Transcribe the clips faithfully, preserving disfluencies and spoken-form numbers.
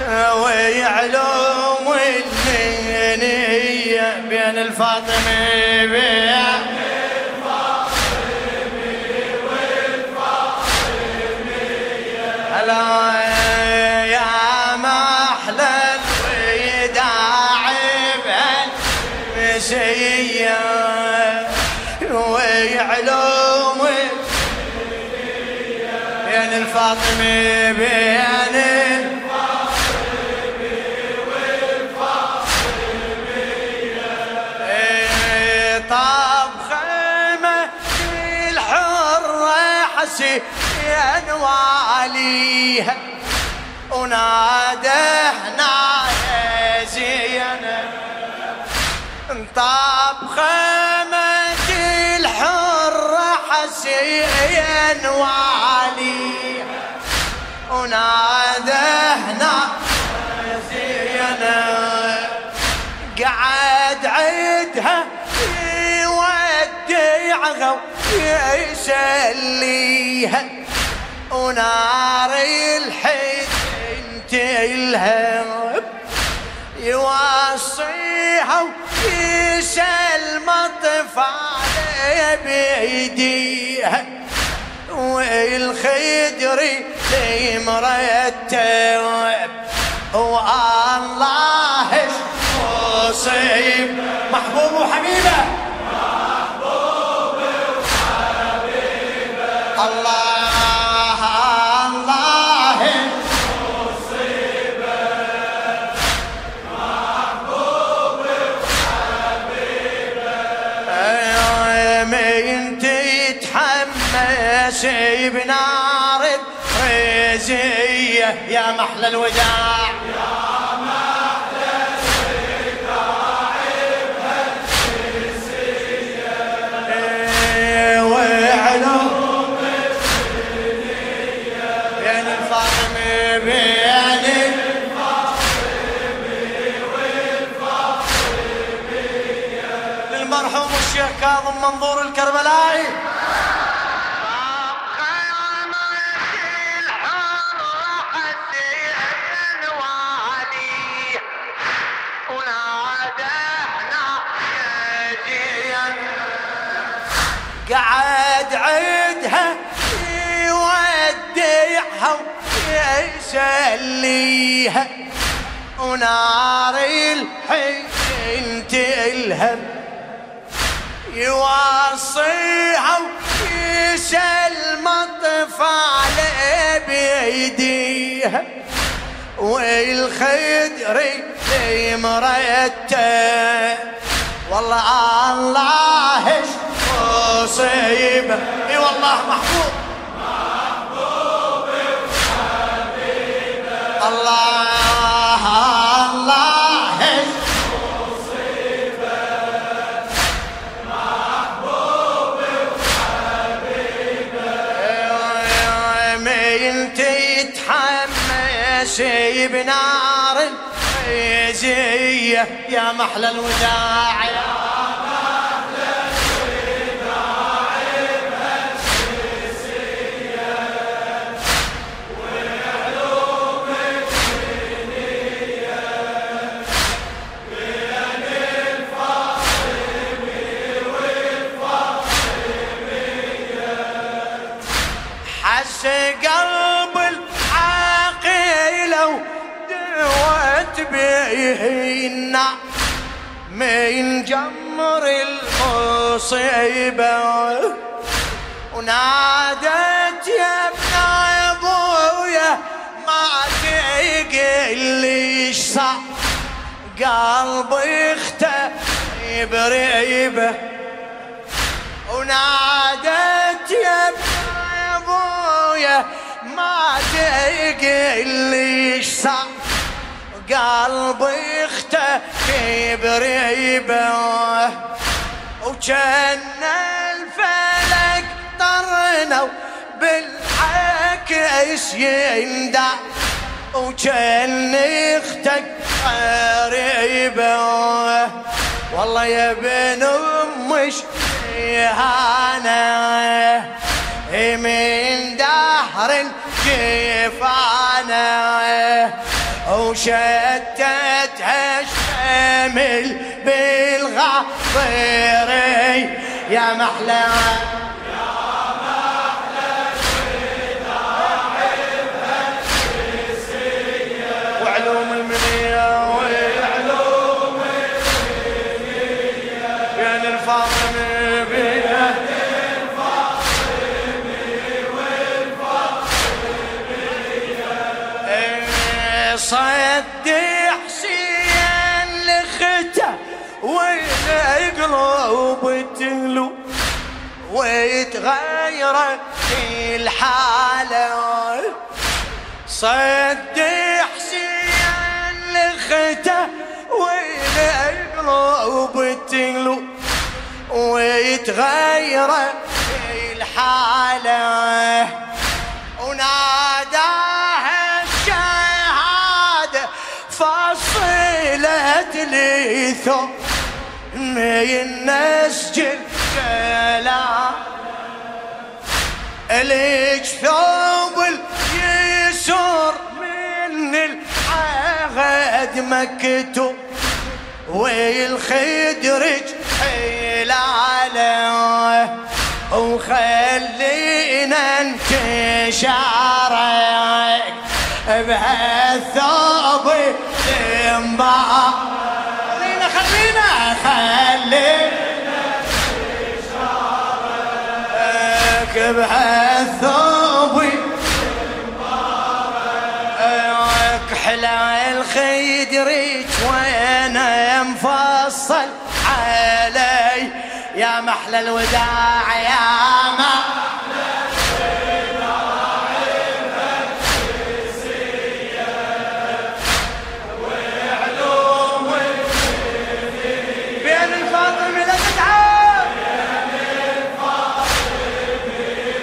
ويعلوم النية بين الفاطمي بين يا محلى الوداع بهالمسية ويعلوم بين الفاطمي بين الفاطمي والفاطمية طاب خيمة الحرة حسين واليها ونادحنا يا زينب طاب خيمة الحرة حسين واليها ونادحنا يا زينب قعد عيدها يودعها ويسليها ونار الحين تلهب يوصيها ويسلم الطفال بيديها والخدر مرتب والله مصيب محبوب وحبيبه محبوب وحبيبه الله الله مصيبه محبوب وحبيبه من تتحمس بنار الرزية يا محلى الوداع المرحوم الشيخ كاظم منظور الكربلائي قعد عيدها يودعها ويسليها ونار الحين تلهب يوصيها ويسلم الطفال بيديها والخدر مرتب والله الله مصيبه اي والله محبوب محبوب وحبيبه الله الله مصيبه محبوب وحبيبه من تتحمس بنار الرزية يا محلى الوداع قلب العاقلة ودوت بيهنا من جمر المصيبة ونادت يا ابن ابويا ما تقل ايش صار قلبي اختفي بريبه ونادت يا ابن ابويا ما تقل ايش صار قلبي اختفي بريبه وكان الفلك طرنا بالعكس يندع وكان اختك قريبه والله يا ابن امش هانا من دهر كيفانا وشتتها الشمل بالغاطري يا محلى وعلوم المنية وعلوم المنية بين الفاطمي بين الفاطمي والفاطمية صد حسين لخته والقلوب تلو ويتغير الحالة صد حسين لخته والقلوب تلو ويتغير الحالة وناداها الشهادة فصلت لي ثوب من نسجل كلام ليش ثوب اليسور من العهد مكتوب والخدرج حلاله وخلينا انتشارك بهالثوب الانبار خلينا خلينا خلينا انتشارك بهالثوب الانبار كحلى الخدرج وانا مفصل علي يا محلى الوداع يا محلى الوداع الهندسية وعلوم المنية بين الفاطمي لا تتعب بين الفاطمي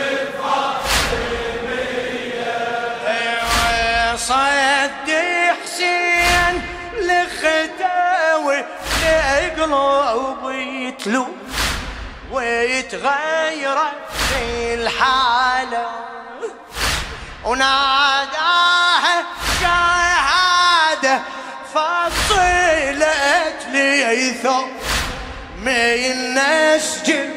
والفاطمية صد حسين لختاوي لقلوب يتلو ويتغير الحالة وناداها شهادة فصلت لي ثوب من نسجل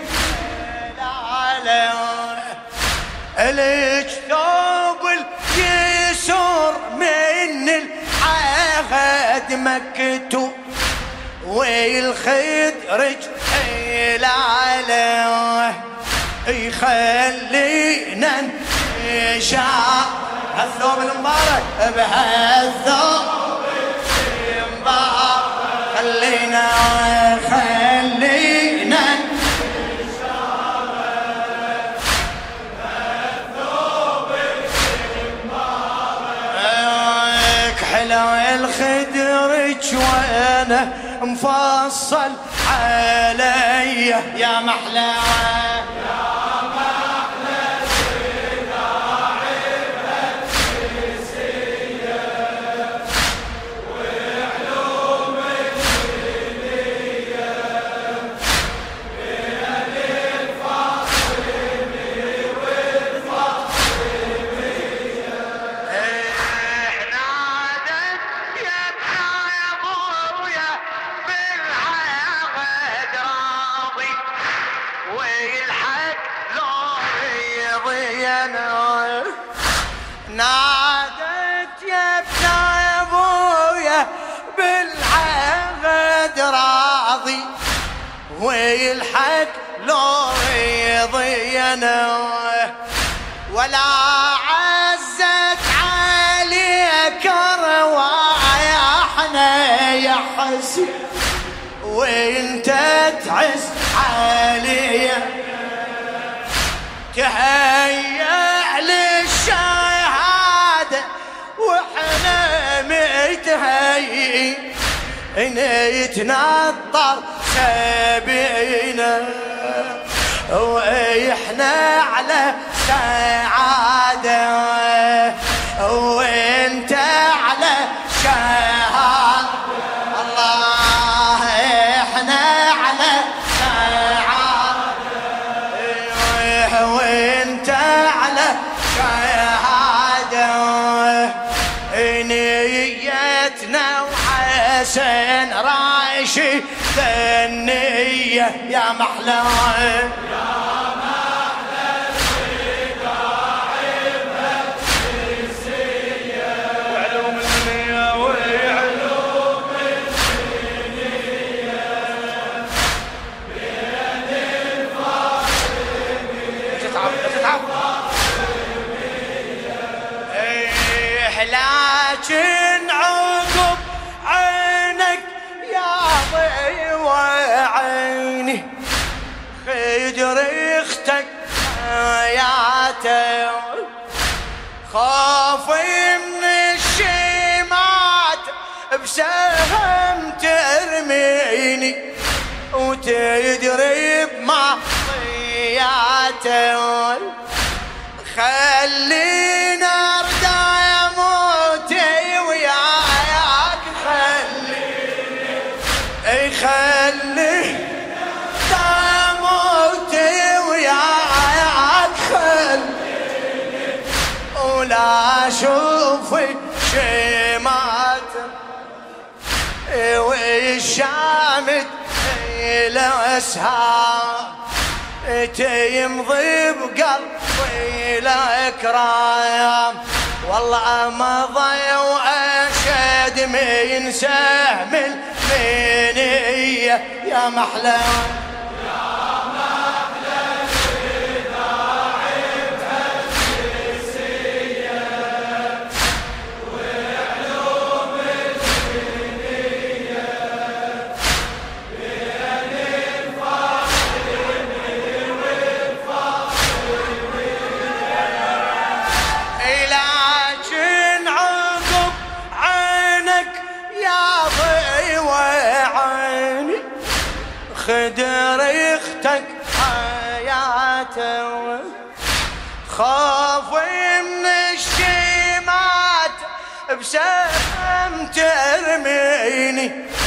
ليش ثوب اليسور من العهد مكتوب والخدرج حلاله يخلينا نشاء هالثوب المبارك بهالثوب المبارك خلينا خلينا نشاء بهالثوب المبارك حلو الخدرج وانا مفصل علي يا محلى يا محلى الوداع الهندسية وعلوم المنية بين الفاطمي والفاطمية نادت يا ابن ابويا بالعهد راضي ويلحق لو يضينا نادت يا ابن ابويا بالعهد راضي ويلحق لو يضينا ولا عزت عليك روايحنا يا حسين وانت تعز عليا تهيأ للشهادة واحنا متهيئين ان يتنطر سبينا واحنا على سعادة وانت على شهادة الله احنا على سعادة وانت على شهادة نية شي ثنية يا محلى لكن عقب عينك يا ضي وعيني خدر اختك حياته خافي من الشيمات بسهم ترميني وتدري بمعصياته خلينا خلي دموتي وياك خلي ولا شوفي شمات والشامت لأسهام تيمضي بقلبي الأكرام والله مضى وأشد من سهم المنية يا محلى يا محلى الوداع بهالجنسية وعلوم الدنيا بين الفاطمي والفاطمية لكن عقب عينك يا ضي وعيني خدر اختك حياته خافي من الشيمات بسهم ترميني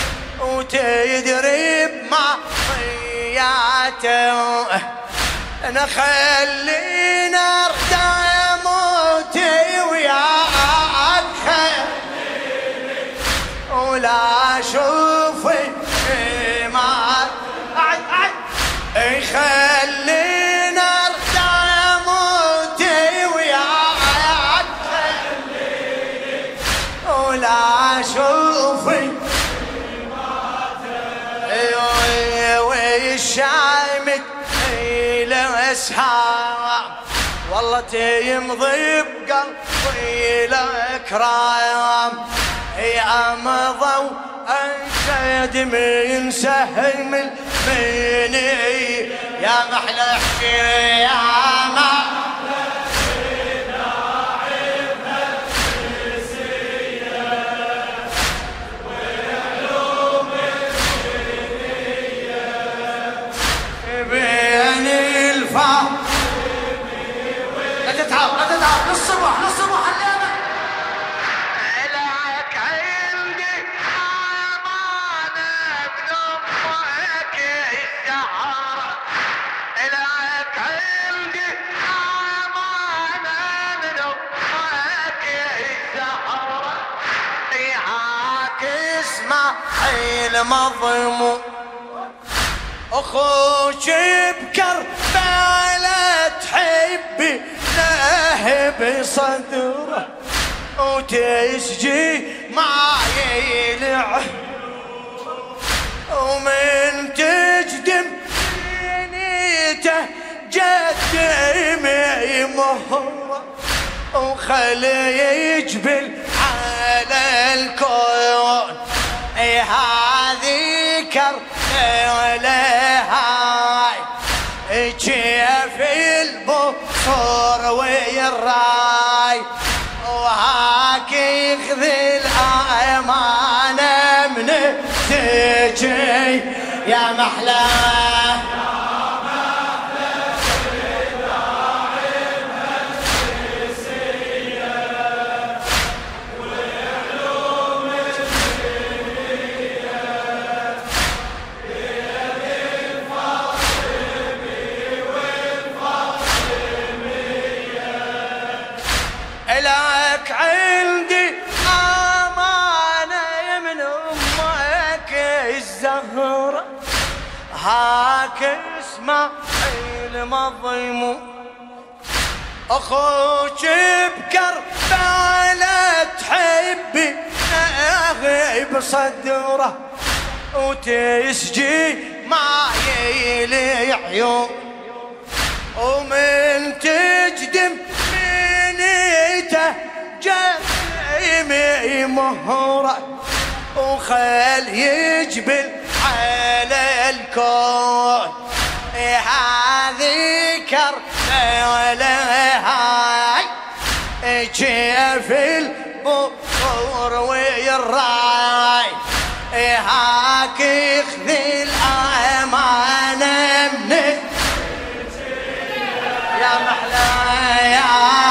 وتدري بمعصياته انا خلينا ارتاح موتي وياك ولا شوفي ما قعد قعد خلينا ارتاح موتي وياك ولا شوفي والشامت لأسهام والله تيمضي بقلبي الأكرام يا مضوا أنشد من سهم المني يا محلى احكي يا محلى الوداع بهالجنسية وعلوم الدنيا بين الفاطمي لا تتعب لا تتعب للصبح للصبح الليلة لك عندي أمانة من أمك الزهرة لك عندي أمانة من أمك الزهرة إياك اسمعي المظلوم أخوك بكربلاء تحبي لهب صدره وتسجي معي العهد ومن تجدم نيته جدمي مهرة وخلي يجبل على الكون اي هذه كربلاء هاي كيف البصر والراي وهاك يخذي الأمانة من تجي يا محلى لك عندي أمانة من أمك الزهرة هاك اسماعيل مظلوم اخوك بكربلاء تحبي نغيب صدره وتسجي ما يلي عيون ومن تجدم منيته جيمي مهره وخل يجبل على الكون هذه كربلاء هاي كيف البطور والراي هاك اخذي الامانه من يا محلى يا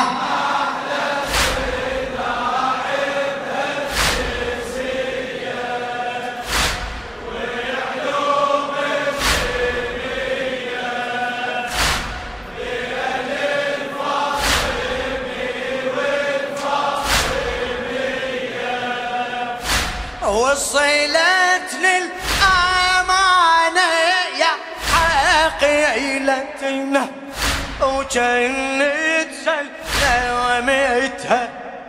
وصلت للأمانة يا عقيلتنا وجنت سلمتها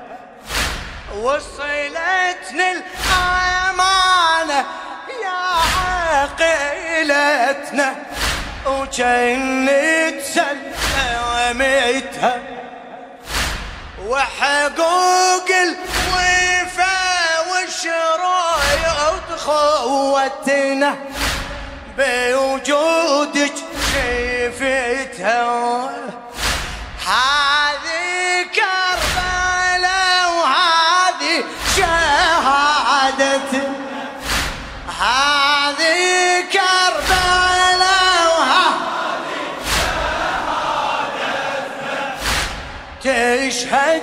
وصلت للأمانة يا عقيلتنا وجنت سلمتها وحقوق الوفا والشرايط خوتنا بوجودك شفتها هذه كربلاء وهذه شهادتنا هذه كربلاء وهذه شهادتنا تشهد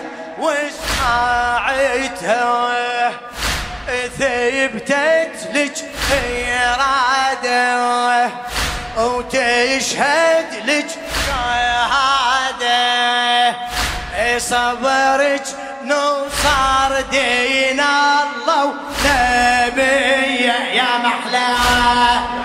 وسمعتها ثبتت لك إرادة وتشهد لك شهادة صبرك نصر دين الله ونبيه يا محلى